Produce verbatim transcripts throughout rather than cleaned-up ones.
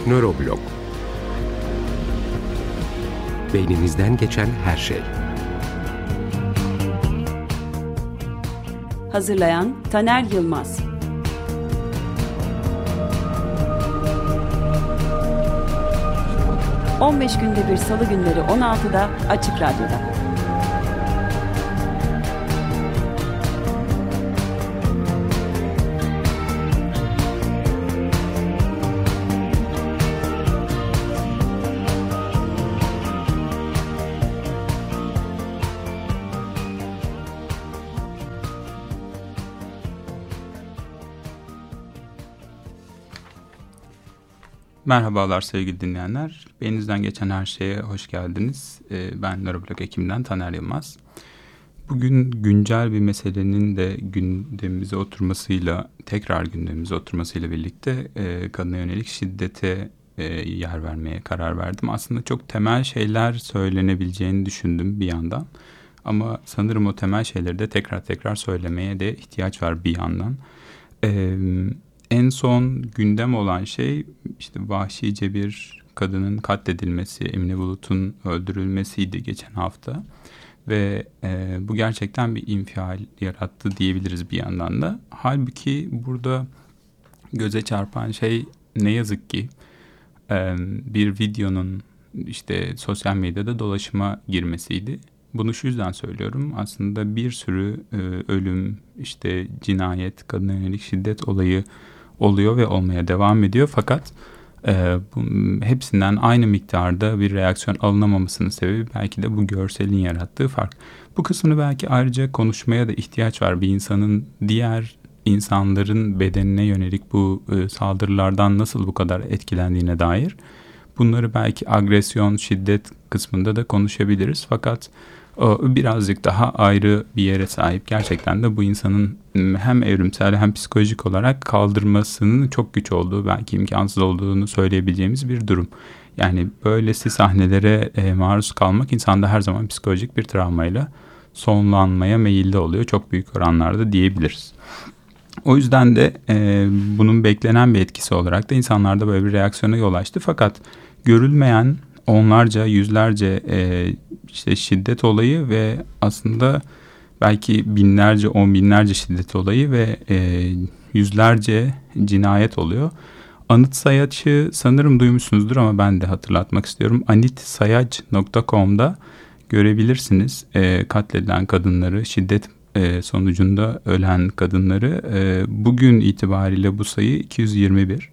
Nöroblog. Beyninizden geçen her şey. Hazırlayan Taner Yılmaz. on beş günde bir Salı günleri on altıda Açık Radyo'da. Merhabalar sevgili dinleyenler. Beyninizden geçen her şeye hoş geldiniz. Ben Nöroblog ekibinden Taner Yılmaz. Bugün güncel bir meselenin de gündemimize oturmasıyla, tekrar gündemimize oturmasıyla birlikte kadına yönelik şiddete yer vermeye karar verdim. Aslında çok temel şeyler söylenebileceğini düşündüm bir yandan. Ama sanırım o temel şeyleri de tekrar tekrar söylemeye de ihtiyaç var bir yandan. Evet. En son gündem olan şey işte vahşice bir kadının katledilmesi, Emine Bulut'un öldürülmesiydi geçen hafta. Ve e, bu gerçekten bir infial yarattı diyebiliriz bir yandan da. Halbuki burada göze çarpan şey ne yazık ki e, bir videonun işte sosyal medyada dolaşıma girmesiydi. Bunu şu yüzden söylüyorum. Aslında bir sürü e, ölüm, işte cinayet, kadına yönelik şiddet olayı oluyor ve olmaya devam ediyor. Fakat e, bu, hepsinden aynı miktarda bir reaksiyon alınamamasının sebebi belki de bu görselin yarattığı fark. Bu kısmını belki ayrıca konuşmaya da ihtiyaç var. Bir insanın diğer insanların bedenine yönelik bu e, saldırılardan nasıl bu kadar etkilendiğine dair. Bunları belki agresyon, şiddet kısmında da konuşabiliriz. Fakat o birazcık daha ayrı bir yere sahip. Gerçekten de bu insanın hem evrimsel hem psikolojik olarak kaldırmasının çok güç olduğu, belki imkansız olduğunu söyleyebileceğimiz bir durum. Yani böylesi sahnelere e, maruz kalmak insanda her zaman psikolojik bir travmayla sonlanmaya meyilli oluyor. Çok büyük oranlarda diyebiliriz. O yüzden de e, bunun beklenen bir etkisi olarak da insanlarda böyle bir reaksiyona yol açtı. Fakat görülmeyen onlarca, yüzlerce e, işte şiddet olayı ve aslında belki binlerce, on binlerce şiddet olayı ve e, yüzlerce cinayet oluyor. Anıt Sayaç'ı sanırım duymuşsunuzdur ama ben de hatırlatmak istiyorum. anitsayac nokta com'da görebilirsiniz e, katledilen kadınları, şiddet e, sonucunda ölen kadınları. E, bugün itibariyle bu sayı iki yüz yirmi bir.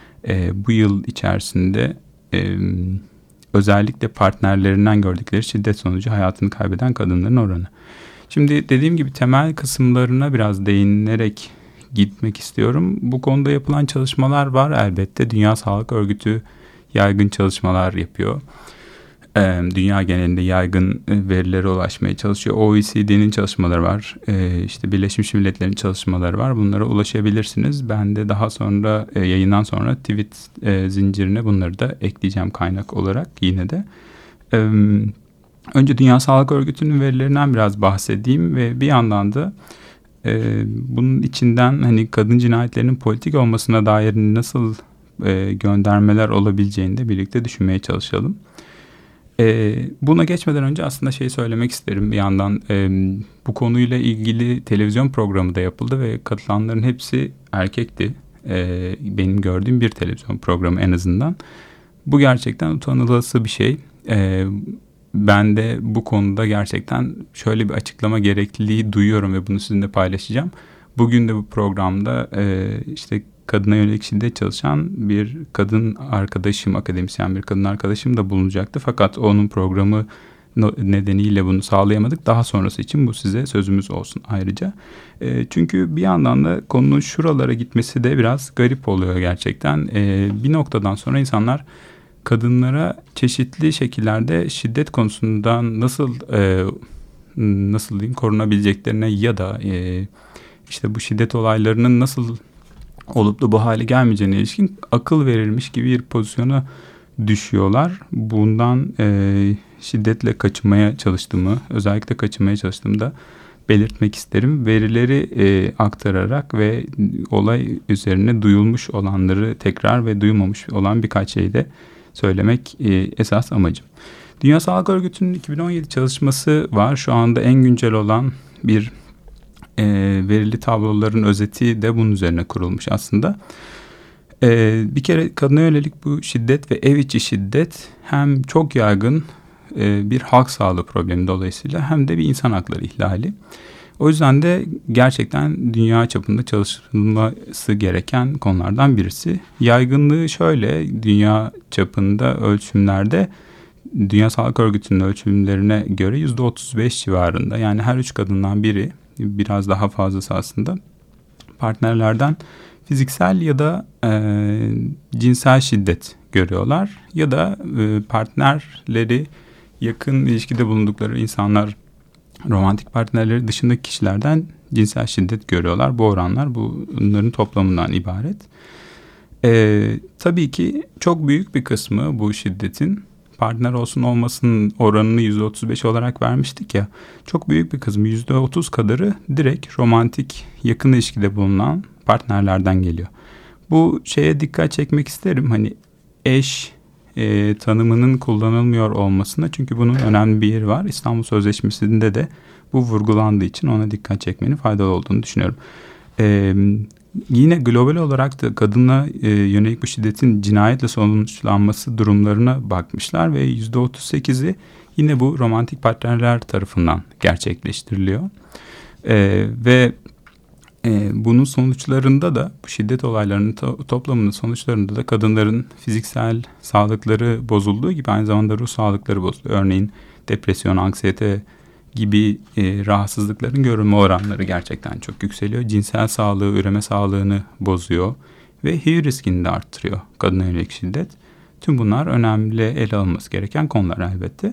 E, bu yıl içerisinde e, özellikle partnerlerinden gördükleri şiddet sonucu hayatını kaybeden kadınların oranı. Şimdi dediğim gibi temel kısımlarına biraz değinerek gitmek istiyorum. Bu konuda yapılan çalışmalar var elbette. Dünya Sağlık Örgütü yaygın çalışmalar yapıyor. Dünya genelinde yaygın verilere ulaşmaya çalışıyor. O E C D'nin çalışmaları var. İşte Birleşmiş Milletler'in çalışmaları var. Bunlara ulaşabilirsiniz. Ben de daha sonra yayından sonra tweet zincirine bunları da ekleyeceğim kaynak olarak yine de. Önce Dünya Sağlık Örgütü'nün verilerinden biraz bahsedeyim ve bir yandan da bunun içinden hani kadın cinayetlerinin politik olmasına dair nasıl göndermeler olabileceğini de birlikte düşünmeye çalışalım. Ee, buna geçmeden önce aslında şey söylemek isterim bir yandan e, bu konuyla ilgili televizyon programı da yapıldı ve katılanların hepsi erkekti. E, benim gördüğüm bir televizyon programı en azından. Bu gerçekten utanılası bir şey. E, ben de bu konuda gerçekten şöyle bir açıklama gerekliliği duyuyorum ve bunu sizinle paylaşacağım. Bugün de bu programda e, işte kadına yönelik şiddet çalışan bir kadın arkadaşım, akademisyen bir kadın arkadaşım da bulunacaktı. Fakat onun programı nedeniyle bunu sağlayamadık. Daha sonrası için bu size sözümüz olsun ayrıca. E, çünkü bir yandan da konunun şuralara gitmesi de biraz garip oluyor gerçekten. E, bir noktadan sonra insanlar kadınlara çeşitli şekillerde şiddet konusundan nasıl e, nasıl diyeyim korunabileceklerine ya da e, işte bu şiddet olaylarının nasıl olup da bu hale gelmeyeceğine ilişkin akıl verilmiş gibi bir pozisyona düşüyorlar. Bundan e, şiddetle kaçınmaya çalıştığımı, özellikle kaçınmaya çalıştığımda belirtmek isterim. Verileri e, aktararak ve olay üzerine duyulmuş olanları tekrar ve duyulmamış olan birkaç şeyi de söylemek e, esas amacım. Dünya Sağlık Örgütü'nün iki bin on yedi çalışması var. Şu anda en güncel olan bir e, verili tabloların özeti de bunun üzerine kurulmuş aslında. E, bir kere kadına yönelik bu şiddet ve ev içi şiddet hem çok yaygın e, bir halk sağlığı problemi dolayısıyla hem de bir insan hakları ihlali. O yüzden de gerçekten dünya çapında çalışılması gereken konulardan birisi. Yaygınlığı şöyle, dünya çapında ölçümlerde Dünya Sağlık Örgütü'nün ölçümlerine göre yüzde otuz beş civarında, yani her üç kadından biri, biraz daha fazlası aslında, partnerlerden fiziksel ya da e, cinsel şiddet görüyorlar ya da e, partnerleri yakın ilişkide bulundukları insanlar, romantik partnerleri dışındaki kişilerden cinsel şiddet görüyorlar. Bu oranlar bunların toplamından ibaret. Ee, tabii ki çok büyük bir kısmı bu şiddetin, partner olsun olmasın oranını yüzde otuz beş olarak vermiştik ya, çok büyük bir kısmı, yüzde otuz kadarı direkt romantik yakın ilişkide bulunan partnerlerden geliyor. Bu şeye dikkat çekmek isterim, hani eş e, tanımının kullanılmıyor olmasına, çünkü bunun önemli bir yeri var. İstanbul Sözleşmesi'nde de bu vurgulandığı için ona dikkat çekmenin faydalı olduğunu düşünüyorum. Ee, yine global olarak da kadına e, yönelik bu şiddetin cinayetle sonuçlanması durumlarına bakmışlar ve yüzde otuz sekizi yine bu romantik partnerler tarafından gerçekleştiriliyor. Ee, ve e, bunun sonuçlarında da, bu şiddet olaylarının to- toplamının sonuçlarında da kadınların fiziksel sağlıkları bozulduğu gibi aynı zamanda ruh sağlıkları bozuluyor. Örneğin depresyon, anksiyete gibi e, rahatsızlıkların görülme oranları gerçekten çok yükseliyor. Cinsel sağlığı, üreme sağlığını bozuyor ve H I V riskini de arttırıyor kadına yönelik şiddet. Tüm bunlar önemli ele alınması gereken konular elbette.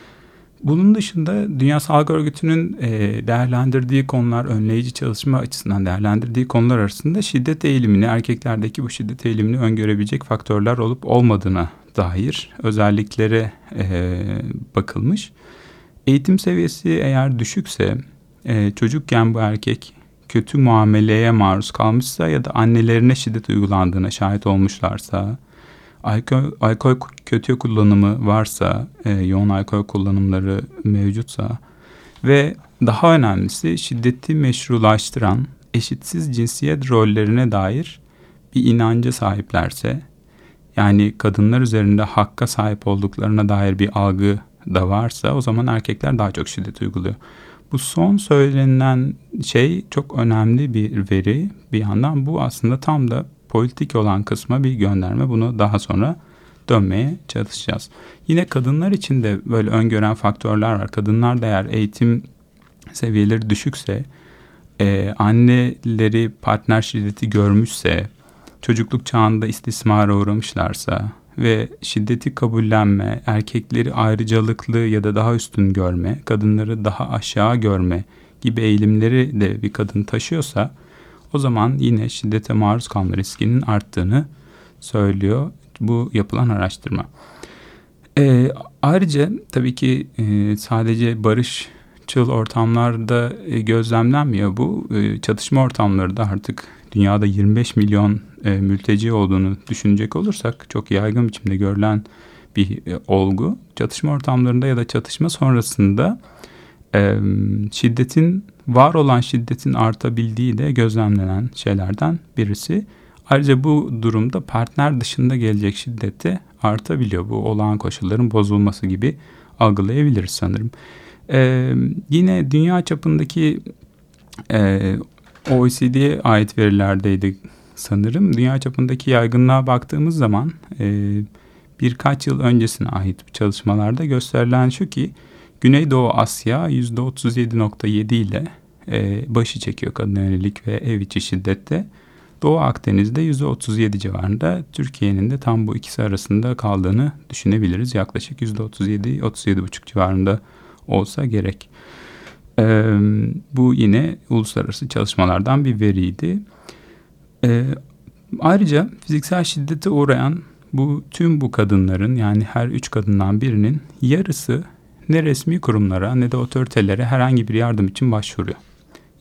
Bunun dışında Dünya Sağlık Örgütü'nün e, değerlendirdiği konular, önleyici çalışma açısından değerlendirdiği konular arasında şiddet eğilimini, erkeklerdeki bu şiddet eğilimini öngörebilecek faktörler olup olmadığına dair özelliklere e, bakılmış. Eğitim seviyesi eğer düşükse, e, çocukken bu erkek kötü muameleye maruz kalmışsa ya da annelerine şiddet uygulandığına şahit olmuşlarsa, alkol, alkol kötü kullanımı varsa, e, yoğun alkol kullanımları mevcutsa ve daha önemlisi şiddeti meşrulaştıran eşitsiz cinsiyet rollerine dair bir inanca sahiplerse, yani kadınlar üzerinde hakka sahip olduklarına dair bir algı da varsa, o zaman erkekler daha çok şiddet uyguluyor. Bu son söylenen şey çok önemli bir veri. Bir yandan bu aslında tam da politik olan kısma bir gönderme. Bunu daha sonra dönmeye çalışacağız. Yine kadınlar için de böyle öngören faktörler var. Kadınlar da eğer eğitim seviyeleri düşükse, e, anneleri partner şiddeti görmüşse, çocukluk çağında istismara uğramışlarsa ve şiddeti kabullenme, erkekleri ayrıcalıklı ya da daha üstün görme, kadınları daha aşağı görme gibi eğilimleri de bir kadın taşıyorsa, o zaman yine şiddete maruz kalma riskinin arttığını söylüyor bu yapılan araştırma. Ee, ayrıca tabii ki e, sadece barışçıl ortamlarda e, gözlemlenmiyor bu. E, çatışma ortamları da artık dünyada yirmi beş milyon e, mülteci olduğunu düşünecek olursak çok yaygın biçimde görülen bir e, olgu. Çatışma ortamlarında ya da çatışma sonrasında e, şiddetin, var olan şiddetin artabildiği de gözlemlenen şeylerden birisi. Ayrıca bu durumda partner dışında gelecek şiddeti artabiliyor. Bu olağan koşulların bozulması gibi algılayabiliriz sanırım. E, yine dünya çapındaki e, O E C D'ye ait verilerdeydi sanırım. Dünya çapındaki yaygınlığa baktığımız zaman e, birkaç yıl öncesine ait çalışmalarda gösterilen şu ki, Güneydoğu Asya yüzde otuz yedi nokta yedi ile e, başı çekiyor kadına yönelik ve ev içi şiddette. Doğu Akdeniz'de yüzde otuz yedi civarında, Türkiye'nin de tam bu ikisi arasında kaldığını düşünebiliriz. Yaklaşık yüzde otuz yedi otuz yedi buçuk civarında olsa gerek. Ee, bu yine uluslararası çalışmalardan bir veriydi. Ee, ayrıca fiziksel şiddete uğrayan bu tüm bu kadınların, yani her üç kadından birinin yarısı ne resmi kurumlara ne de otoritelere herhangi bir yardım için başvuruyor.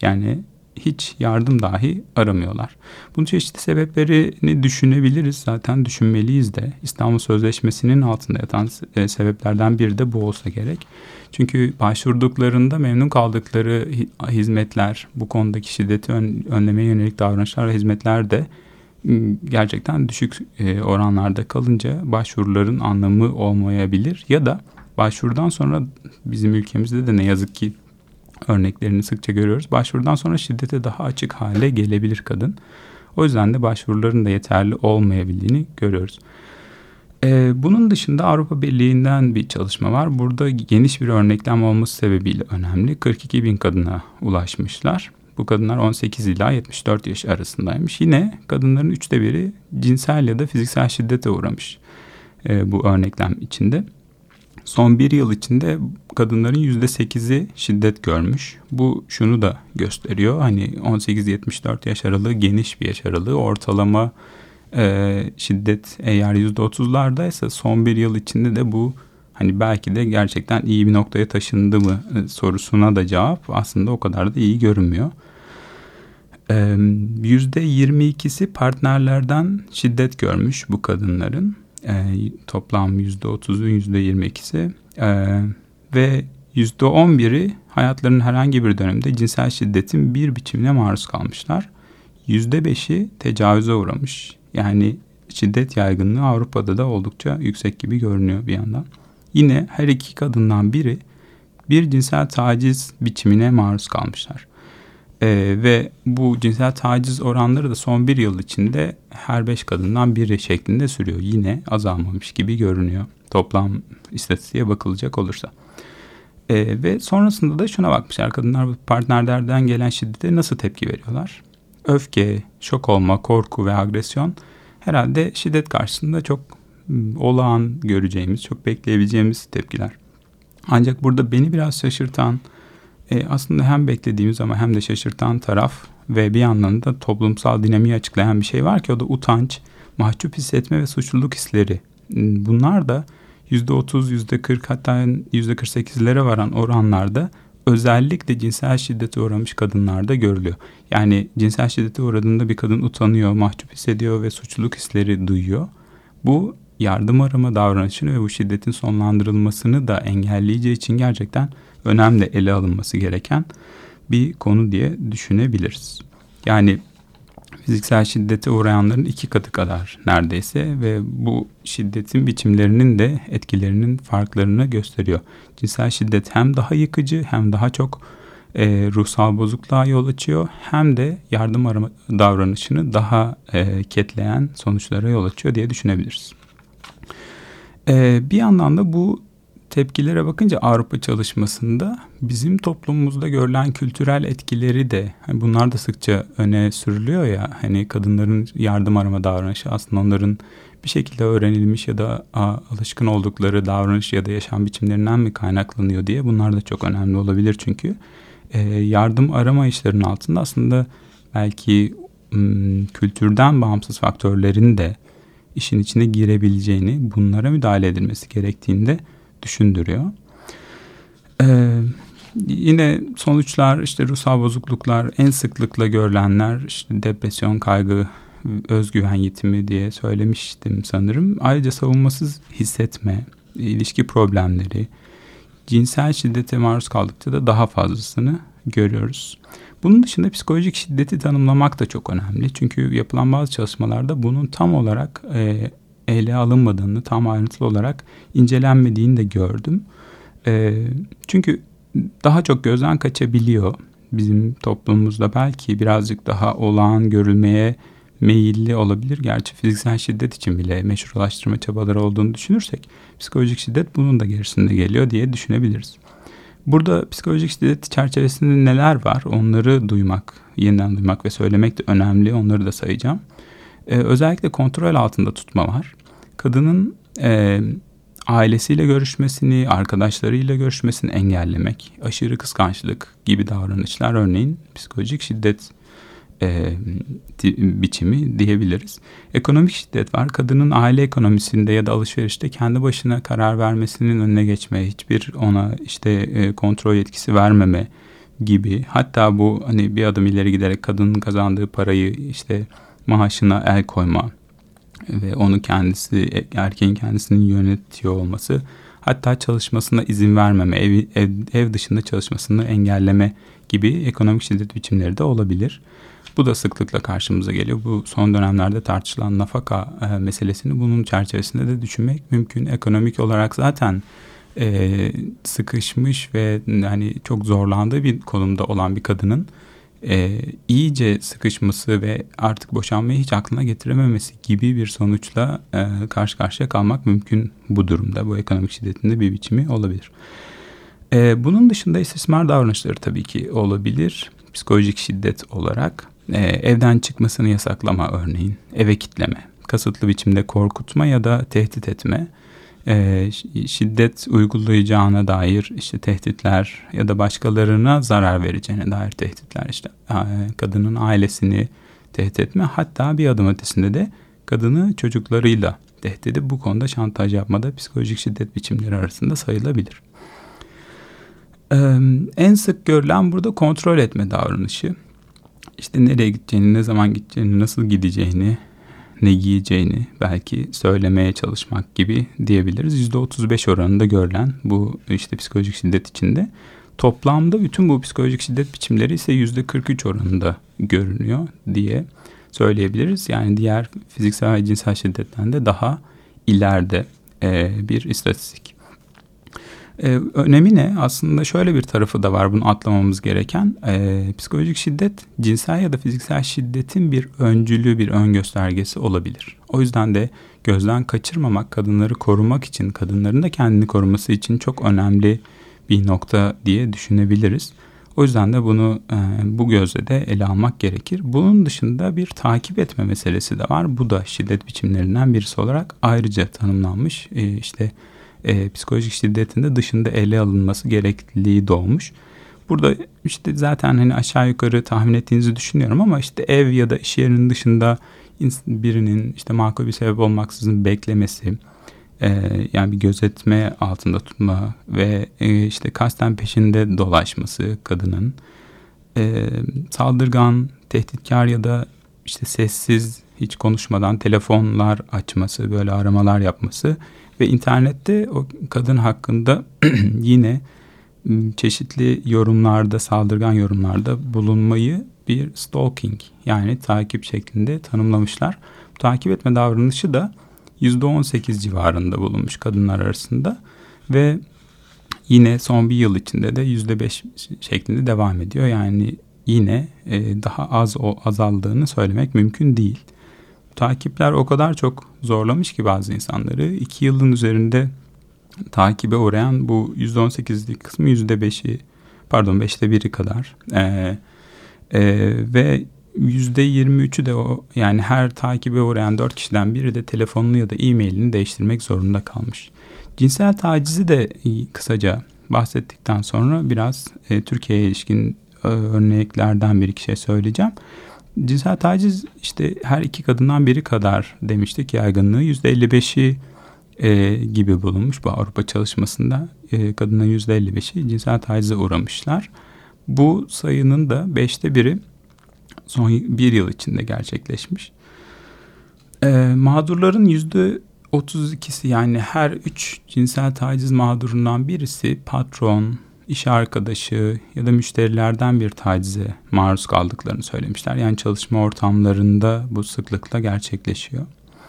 Yani hiç yardım dahi aramıyorlar. Bunun çeşitli sebeplerini düşünebiliriz. Zaten düşünmeliyiz de. İstanbul Sözleşmesi'nin altında yatan sebeplerden biri de bu olsa gerek. Çünkü başvurduklarında memnun kaldıkları hizmetler, bu konudaki şiddeti önlemeye yönelik davranışlar ve hizmetler de gerçekten düşük oranlarda kalınca başvuruların anlamı olmayabilir. Ya da başvurudan sonra bizim ülkemizde de ne yazık ki örneklerini sıkça görüyoruz. Başvurudan sonra şiddete daha açık hale gelebilir kadın. O yüzden de başvuruların da yeterli olmayabildiğini görüyoruz. Ee, bunun dışında Avrupa Birliği'nden bir çalışma var. Burada geniş bir örneklem olması sebebiyle önemli. kırk iki bin kadına ulaşmışlar. Bu kadınlar on sekiz ila yetmiş dört yaş arasındaymış. Yine kadınların üçte biri cinsel ya da fiziksel şiddete uğramış ee, bu örneklem içinde. Son bir yıl içinde kadınların yüzde sekizi şiddet görmüş. Bu şunu da gösteriyor. Hani on sekiz yetmiş dört yaş aralığı geniş bir yaş aralığı. Ortalama e, şiddet eğer yüzde otuzlardaysa son bir yıl içinde de bu hani belki de gerçekten iyi bir noktaya taşındı mı e, sorusuna da cevap aslında o kadar da iyi görünmüyor. E, yüzde yirmi ikisi partnerlerden şiddet görmüş bu kadınların. E, toplam yüzde otuzun yüzde yirmi ikisi e, ve yüzde on biri hayatlarının herhangi bir döneminde cinsel şiddetin bir biçimine maruz kalmışlar. Yüzde beşi tecavüze uğramış. Yani şiddet yaygınlığı Avrupa'da da oldukça yüksek gibi görünüyor bir yandan. Yine her iki kadından biri bir cinsel taciz biçimine maruz kalmışlar. Ee, ve bu cinsel taciz oranları da son bir yıl içinde her beş kadından biri şeklinde sürüyor. Yine azalmamış gibi görünüyor toplam istatistiğe bakılacak olursa. Ee, ve sonrasında da şuna bakmışlar. Kadınlar partnerlerden gelen şiddete nasıl tepki veriyorlar? Öfke, şok olma, korku ve agresyon herhalde şiddet karşısında çok olağan göreceğimiz, çok bekleyebileceğimiz tepkiler. Ancak burada beni biraz şaşırtan, E aslında hem beklediğimiz ama hem de şaşırtan taraf ve bir yandan da toplumsal dinamiği açıklayan bir şey var ki o da utanç, mahcup hissetme ve suçluluk hisleri. Bunlar da yüzde otuz, yüzde kırk hatta yüzde kırk sekizlere varan oranlarda özellikle cinsel şiddete uğramış kadınlarda görülüyor. Yani cinsel şiddete uğradığında bir kadın utanıyor, mahcup hissediyor ve suçluluk hisleri duyuyor. Bu yardım arama davranışını ve bu şiddetin sonlandırılmasını da engelleyeceği için gerçekten önemli ele alınması gereken bir konu diye düşünebiliriz. Yani fiziksel şiddete uğrayanların iki katı kadar neredeyse ve bu şiddetin biçimlerinin de etkilerinin farklarını gösteriyor. Cinsel şiddet hem daha yıkıcı hem daha çok e, ruhsal bozukluğa yol açıyor hem de yardım arama davranışını daha e, ketleyen sonuçlara yol açıyor diye düşünebiliriz. E, bir yandan da bu tepkilere bakınca Avrupa çalışmasında bizim toplumumuzda görülen kültürel etkileri de hani bunlar da sıkça öne sürülüyor ya, hani kadınların yardım arama davranışı aslında onların bir şekilde öğrenilmiş ya da a, alışkın oldukları davranış ya da yaşam biçimlerinden mi kaynaklanıyor diye. Bunlar da çok önemli olabilir çünkü e, yardım arama işlerinin altında aslında belki m, kültürden bağımsız faktörlerin de işin içine girebileceğini, bunlara müdahale edilmesi gerektiğinde düşündürüyor. Ee, yine sonuçlar işte ruhsal bozukluklar en sıklıkla görülenler işte depresyon, kaygı, özgüven yitimi diye söylemiştim sanırım. Ayrıca savunmasız hissetme, ilişki problemleri, cinsel şiddete maruz kaldıkça da daha fazlasını görüyoruz. Bunun dışında psikolojik şiddeti tanımlamak da çok önemli. Çünkü yapılan bazı çalışmalarda bunun tam olarak e, ele alınmadığını, tam ayrıntılı olarak incelenmediğini de gördüm. E, çünkü daha çok gözden kaçabiliyor. Bizim toplumumuzda belki birazcık daha olağan görülmeye meyilli olabilir. Gerçi fiziksel şiddet için bile meşrulaştırma çabaları olduğunu düşünürsek psikolojik şiddet bunun da gerisinde geliyor diye düşünebiliriz. Burada psikolojik şiddet çerçevesinde neler var onları duymak, yeniden duymak ve söylemek de önemli. Onları da sayacağım. Ee, özellikle kontrol altında tutma var. Kadının e, ailesiyle görüşmesini, arkadaşlarıyla görüşmesini engellemek, aşırı kıskançlık gibi davranışlar örneğin psikolojik şiddet e, biçimi diyebiliriz. Ekonomik şiddet var. Kadının aile ekonomisinde ya da alışverişte kendi başına karar vermesinin önüne geçme, hiçbir ona işte e, kontrol yetkisi vermeme, gibi, hatta bu hani bir adım ileri giderek kadının kazandığı parayı işte maaşına el koyma ve onu kendisi, erkeğin kendisinin yönetiyor olması, hatta çalışmasına izin vermeme, ev, ev, ev dışında çalışmasını engelleme gibi ekonomik şiddet biçimleri de olabilir. Bu da sıklıkla karşımıza geliyor. Bu son dönemlerde tartışılan nafaka e, meselesini bunun çerçevesinde de düşünmek mümkün. Ekonomik olarak zaten e, sıkışmış ve hani çok zorlandığı bir konumda olan bir kadının e, iyice sıkışması ve artık boşanmayı hiç aklına getirememesi gibi bir sonuçla e, karşı karşıya kalmak mümkün bu durumda. Bu ekonomik şiddetin de bir biçimi olabilir. E, bunun dışında istismar davranışları tabii ki olabilir. Psikolojik şiddet olarak e, evden çıkmasını yasaklama örneğin, eve kitleme, kasıtlı biçimde korkutma ya da tehdit etme, e, şiddet uygulayacağına dair işte tehditler ya da başkalarına zarar vereceğine dair tehditler, işte e, kadının ailesini tehdit etme, hatta bir adım ötesinde de kadını çocuklarıyla tehdit edip bu konuda şantaj yapmada psikolojik şiddet biçimleri arasında sayılabilir. Ee, en sık görülen burada kontrol etme davranışı. İşte nereye gideceğini, ne zaman gideceğini, nasıl gideceğini, ne giyeceğini belki söylemeye çalışmak gibi diyebiliriz. yüzde otuz beş oranında görülen bu işte psikolojik şiddet içinde. Toplamda bütün bu psikolojik şiddet biçimleri ise yüzde kırk üç oranında görünüyor diye söyleyebiliriz. Yani diğer fiziksel ve cinsel şiddetten de daha ileride e, bir istatistik. Ee, önemi ne? Aslında şöyle bir tarafı da var bunu atlamamız gereken. Ee, psikolojik şiddet cinsel ya da fiziksel şiddetin bir öncülü, bir ön göstergesi olabilir. O yüzden de gözden kaçırmamak, kadınları korumak için, kadınların da kendini koruması için çok önemli bir nokta diye düşünebiliriz. O yüzden de bunu e, bu gözle de ele almak gerekir. Bunun dışında bir takip etme meselesi de var. Bu da şiddet biçimlerinden birisi olarak ayrıca tanımlanmış. E, işte E, psikolojik şiddetin de dışında ele alınması gerekliliği doğmuş. Burada işte zaten hani aşağı yukarı tahmin ettiğinizi düşünüyorum ama işte ev ya da iş yerinin dışında birinin işte makul bir sebep olmaksızın beklemesi, e, yani bir gözetme altında tutma ve e, işte kasten peşinde dolaşması kadının, e, saldırgan, tehditkar ya da işte sessiz, hiç konuşmadan telefonlar açması, böyle aramalar yapması ve internette o kadın hakkında yine çeşitli yorumlarda, saldırgan yorumlarda bulunmayı bir stalking, yani takip şeklinde tanımlamışlar. Bu takip etme davranışı da yüzde on sekiz civarında bulunmuş kadınlar arasında ve yine son bir yıl içinde de yüzde beş şeklinde devam ediyor. Yani yine daha az o azaldığını söylemek mümkün değil. Takipler o kadar çok zorlamış ki bazı insanları. iki yılın üzerinde takibe uğrayan bu yüzde on sekizlik kısmı yüzde beşi, pardon beşte biri kadar. Ee, e, ve yüzde yirmi üçü de o, yani her takibe uğrayan dört kişiden biri de telefonunu ya da e-mailini değiştirmek zorunda kalmış. Cinsel tacizi de kısaca bahsettikten sonra biraz e, Türkiye'ye ilişkin e, örneklerden bir iki şey söyleyeceğim. Cinsel taciz işte her iki kadından biri kadar demiştik yaygınlığı. yüzde elli beşi e, gibi bulunmuş bu Avrupa çalışmasında. E, kadının yüzde elli beşi cinsel tacize uğramışlar. Bu sayının da beşte biri son bir yıl içinde gerçekleşmiş. E, mağdurların yüzde otuz ikisi, yani her üç cinsel taciz mağdurundan birisi patron, iş arkadaşı ya da müşterilerden bir tacize maruz kaldıklarını söylemişler. Yani çalışma ortamlarında bu sıklıkla gerçekleşiyor.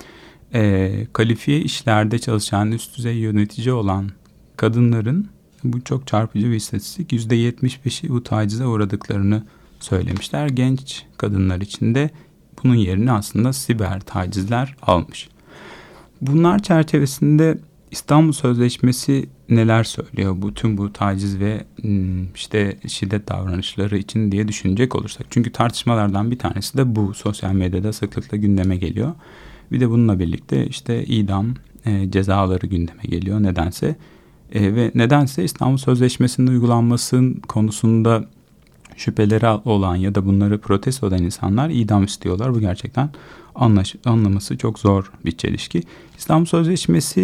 E, kalifiye işlerde çalışan, üst düzey yönetici olan kadınların, bu çok çarpıcı bir istatistik, yüzde yetmiş beşi bu tacize uğradıklarını söylemişler. Genç kadınlar için de bunun yerini aslında siber tacizler almış. Bunlar çerçevesinde İstanbul Sözleşmesi neler söylüyor bu tüm bu taciz ve işte şiddet davranışları için diye düşünecek olursak. Çünkü tartışmalardan bir tanesi de bu, sosyal medyada sıklıkla gündeme geliyor. Bir de bununla birlikte işte idam e, cezaları gündeme geliyor nedense. E, ve nedense İstanbul Sözleşmesi'nin uygulanması konusunda şüpheleri olan ya da bunları protesto eden insanlar idam istiyorlar. Bu gerçekten anlaş, anlaması çok zor bir çelişki. İstanbul Sözleşmesi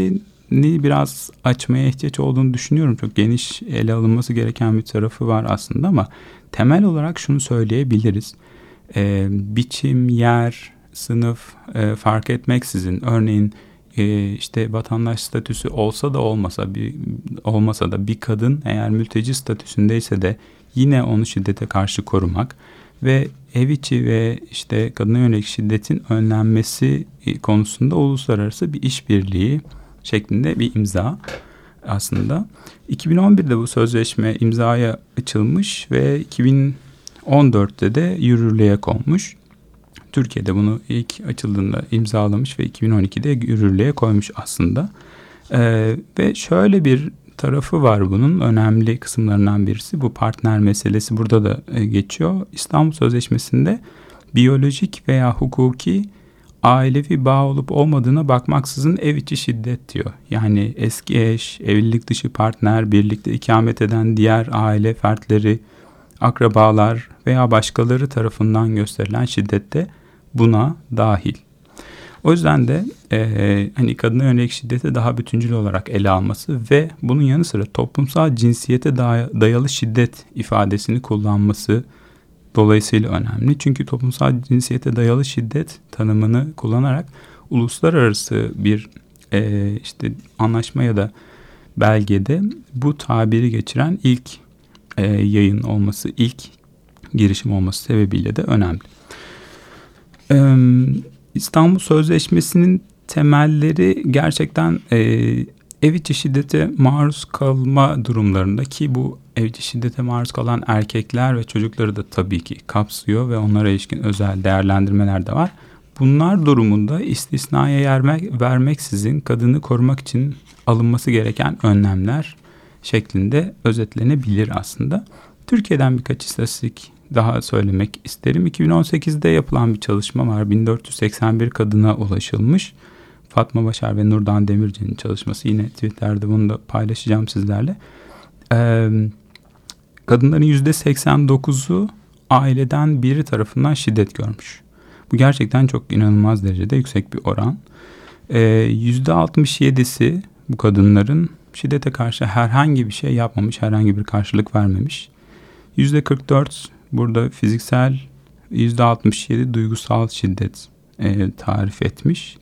biraz açmaya ihtiyaç olduğunu düşünüyorum. Çok geniş ele alınması gereken bir tarafı var aslında ama temel olarak şunu söyleyebiliriz. Ee, biçim, yer, sınıf e, fark etmeksizin, örneğin e, işte vatandaş statüsü olsa da olmasa bir olmasa da bir kadın eğer mülteci statüsündeyse de yine onu şiddete karşı korumak ve ev içi ve işte kadına yönelik şiddetin önlenmesi konusunda uluslararası bir işbirliği şeklinde bir imza aslında. iki bin on birde bu sözleşme imzaya açılmış ve iki bin on dörtte de yürürlüğe konmuş. Türkiye'de bunu ilk açıldığında imzalamış ve iki bin on ikide yürürlüğe koymuş aslında. Ee, ve şöyle bir tarafı var bunun, önemli kısımlarından birisi bu partner meselesi burada da e, geçiyor. İstanbul Sözleşmesi'nde biyolojik veya hukuki ailevi bağ olup olmadığına bakmaksızın ev içi şiddet diyor. Yani eski eş, evlilik dışı partner, birlikte ikamet eden diğer aile fertleri, akrabalar veya başkaları tarafından gösterilen şiddette buna dahil. O yüzden de e, hani kadına yönelik şiddeti daha bütüncül olarak ele alması ve bunun yanı sıra toplumsal cinsiyete dayalı şiddet ifadesini kullanması dolayısıyla önemli. Çünkü toplumsal cinsiyete dayalı şiddet tanımını kullanarak uluslararası bir e, işte anlaşma ya da belgede bu tabiri geçiren ilk e, yayın olması, ilk girişim olması sebebiyle de önemli. Evet. İstanbul Sözleşmesi'nin temelleri gerçekten e, ev içi şiddete maruz kalma durumlarında, ki bu ev içi şiddete maruz kalan erkekler ve çocukları da tabii ki kapsıyor ve onlara ilişkin özel değerlendirmeler de var. Bunlar durumunda istisnaya yer vermeksizin kadını korumak için alınması gereken önlemler şeklinde özetlenebilir aslında. Türkiye'den birkaç istatistik daha söylemek isterim. iki bin on sekizde yapılan bir çalışma var. bin dört yüz seksen bir kadına ulaşılmış. Fatma Başar ve Nurdan Demirci'nin çalışması. Yine Twitter'da bunu da paylaşacağım sizlerle. Ee, kadınların yüzde seksen dokuzu aileden biri tarafından şiddet görmüş. Bu gerçekten çok inanılmaz derecede yüksek bir oran. Ee, yüzde altmış yedisi bu kadınların şiddete karşı herhangi bir şey yapmamış, herhangi bir karşılık vermemiş. yüzde kırk dört burada fiziksel, yüzde altmış yedi duygusal şiddet e, tarif etmiş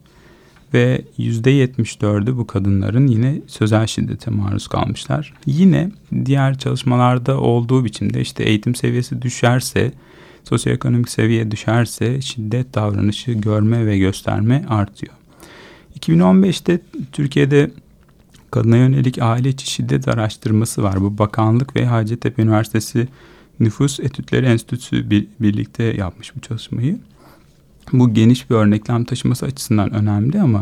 ve yüzde yetmiş dördü bu kadınların yine sözel şiddete maruz kalmışlar. Yine diğer çalışmalarda olduğu biçimde işte eğitim seviyesi düşerse, sosyoekonomik seviye düşerse şiddet davranışı görme ve gösterme artıyor. iki bin on beşte Türkiye'de kadına yönelik aile içi şiddet araştırması var. Bu bakanlık ve Hacettepe Üniversitesi Nüfus Etütleri Enstitüsü bir, birlikte yapmış bu çalışmayı. Bu geniş bir örneklem taşıması açısından önemli ama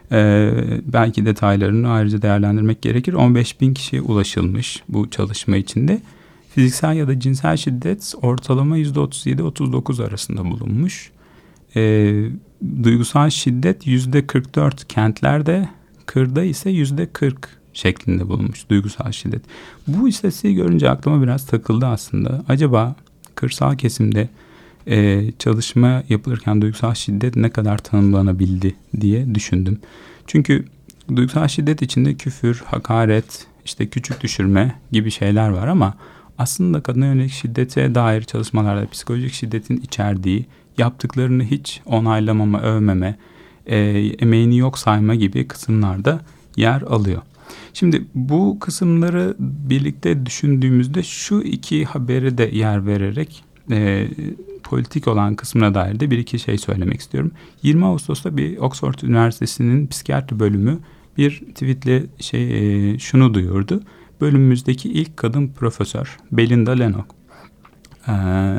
e, belki detaylarını ayrıca değerlendirmek gerekir. on beş bin kişiye ulaşılmış bu çalışma içinde. Fiziksel ya da cinsel şiddet ortalama yüzde otuz yedi otuz dokuz arasında bulunmuş. E, duygusal şiddet yüzde kırk dört kentlerde, kırda ise yüzde kırk şeklinde bulunmuş duygusal şiddet. Bu istatistiği görünce aklıma biraz takıldı aslında. Acaba kırsal kesimde e, çalışma yapılırken duygusal şiddet ne kadar tanımlanabildi diye düşündüm. Çünkü duygusal şiddet içinde küfür, hakaret, işte küçük düşürme gibi şeyler var ama aslında kadına yönelik şiddete dair çalışmalarda psikolojik şiddetin içerdiği, yaptıklarını hiç onaylamama, övmeme, e, emeğini yok sayma gibi kısımlarda yer alıyor. Şimdi bu kısımları birlikte düşündüğümüzde şu iki haberi de yer vererek e, politik olan kısmına dair de bir iki şey söylemek istiyorum. yirmi Ağustos'ta bir Oxford Üniversitesi'nin psikiyatri bölümü bir tweetle şey e, şunu duyurdu. Bölümümüzdeki ilk kadın profesör Belinda Lennox. Ee,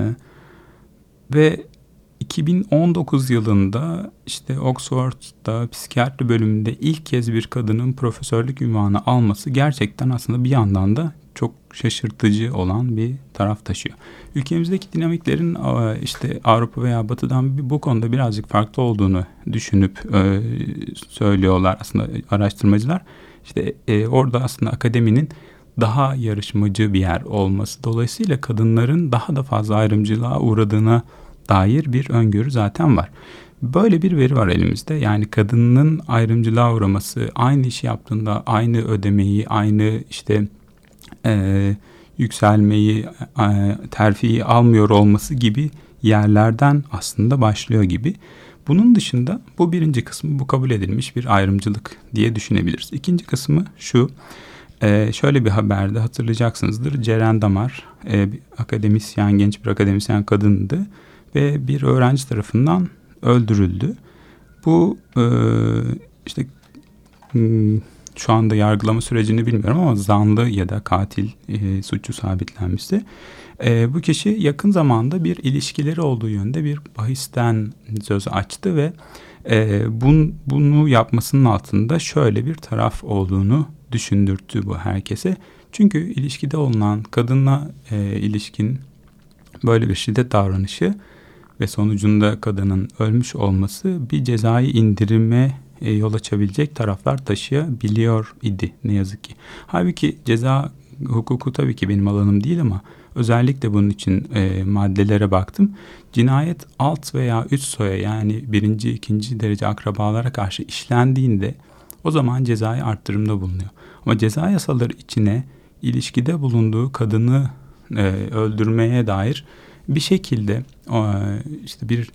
ve iki bin on dokuz yılında işte Oxford'da psikiyatri bölümünde ilk kez bir kadının profesörlük unvanı alması gerçekten aslında bir yandan da çok şaşırtıcı olan bir taraf taşıyor. Ülkemizdeki dinamiklerin işte Avrupa veya Batı'dan bu konuda birazcık farklı olduğunu düşünüp e, söylüyorlar aslında araştırmacılar. İşte e, orada aslında akademinin daha yarışmacı bir yer olması dolayısıyla kadınların daha da fazla ayrımcılığa uğradığına dair bir öngörü zaten var. Böyle bir veri var elimizde. Yani kadının ayrımcılığa uğraması, aynı işi yaptığında aynı ödemeyi, aynı işte e, yükselmeyi, e, terfiyi almıyor olması gibi yerlerden aslında başlıyor gibi. Bunun dışında bu birinci kısmı, bu kabul edilmiş bir ayrımcılık diye düşünebiliriz. İkinci kısmı şu, e, şöyle bir haberde hatırlayacaksınızdır. Ceren Damar, e, bir akademisyen, genç bir akademisyen kadındı ve bir öğrenci tarafından öldürüldü. Bu e, işte şu anda yargılama sürecini bilmiyorum ama zanlı ya da katil e, suçu sabitlenmişti. E, bu kişi yakın zamanda bir ilişkileri olduğu yönde bir bahisten söz açtı ve e, bun, bunu yapmasının altında şöyle bir taraf olduğunu düşündürttü bu herkese. Çünkü ilişkide olunan kadınla e, ilişkin böyle bir şiddet davranışı ve sonucunda kadının ölmüş olması bir cezai indirime e, yol açabilecek taraflar taşıyabiliyor idi ne yazık ki. Halbuki ceza hukuku tabii ki benim alanım değil ama özellikle bunun için e, maddelere baktım. Cinayet alt veya üst soya, yani birinci, ikinci derece akrabalara karşı işlendiğinde o zaman cezai arttırımda bulunuyor. Ama ceza yasaları içine ilişkide bulunduğu kadını e, öldürmeye dair bir şekilde e, işte bir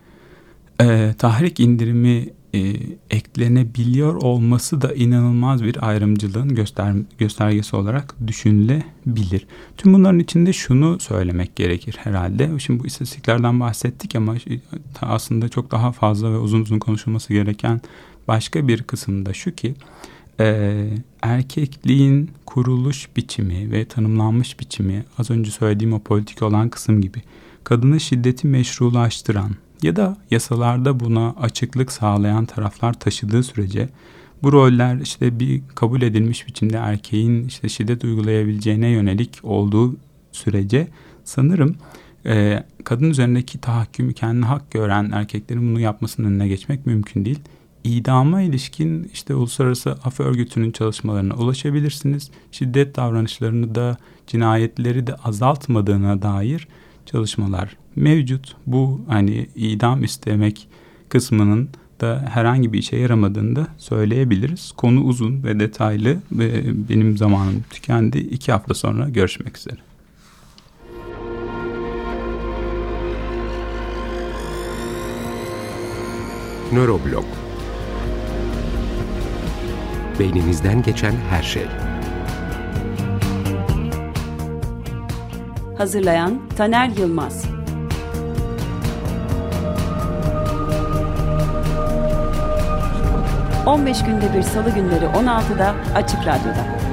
e, tahrik indirimi e, eklenebiliyor olması da inanılmaz bir ayrımcılığın göster göstergesi olarak düşünülebilir. Tüm bunların içinde şunu söylemek gerekir herhalde. Şimdi bu istatistiklerden bahsettik ama aslında çok daha fazla ve uzun uzun konuşulması gereken başka bir kısım da şu ki e, erkekliğin kuruluş biçimi ve tanımlanmış biçimi, az önce söylediğim o politik olan kısım gibi kadına şiddeti meşrulaştıran ya da yasalarda buna açıklık sağlayan taraflar taşıdığı sürece bu roller işte bir kabul edilmiş biçimde erkeğin işte şiddet uygulayabileceğine yönelik olduğu sürece sanırım e, kadın üzerindeki tahakkümü kendine hak gören erkeklerin bunu yapmasının önüne geçmek mümkün değil. İdama ilişkin işte Uluslararası Af Örgütü'nün çalışmalarına ulaşabilirsiniz. Şiddet davranışlarını da, cinayetleri de azaltmadığına dair çalışmalar mevcut. Bu hani idam istemek kısmının da herhangi bir işe yaramadığını da söyleyebiliriz. Konu uzun ve detaylı ve benim zamanım tükendi. İki hafta sonra görüşmek üzere. Nöroblog. Beyninizden geçen her şey. Hazırlayan Taner Yılmaz. on beş günde bir salı günleri on altıda Açık Radyo'da.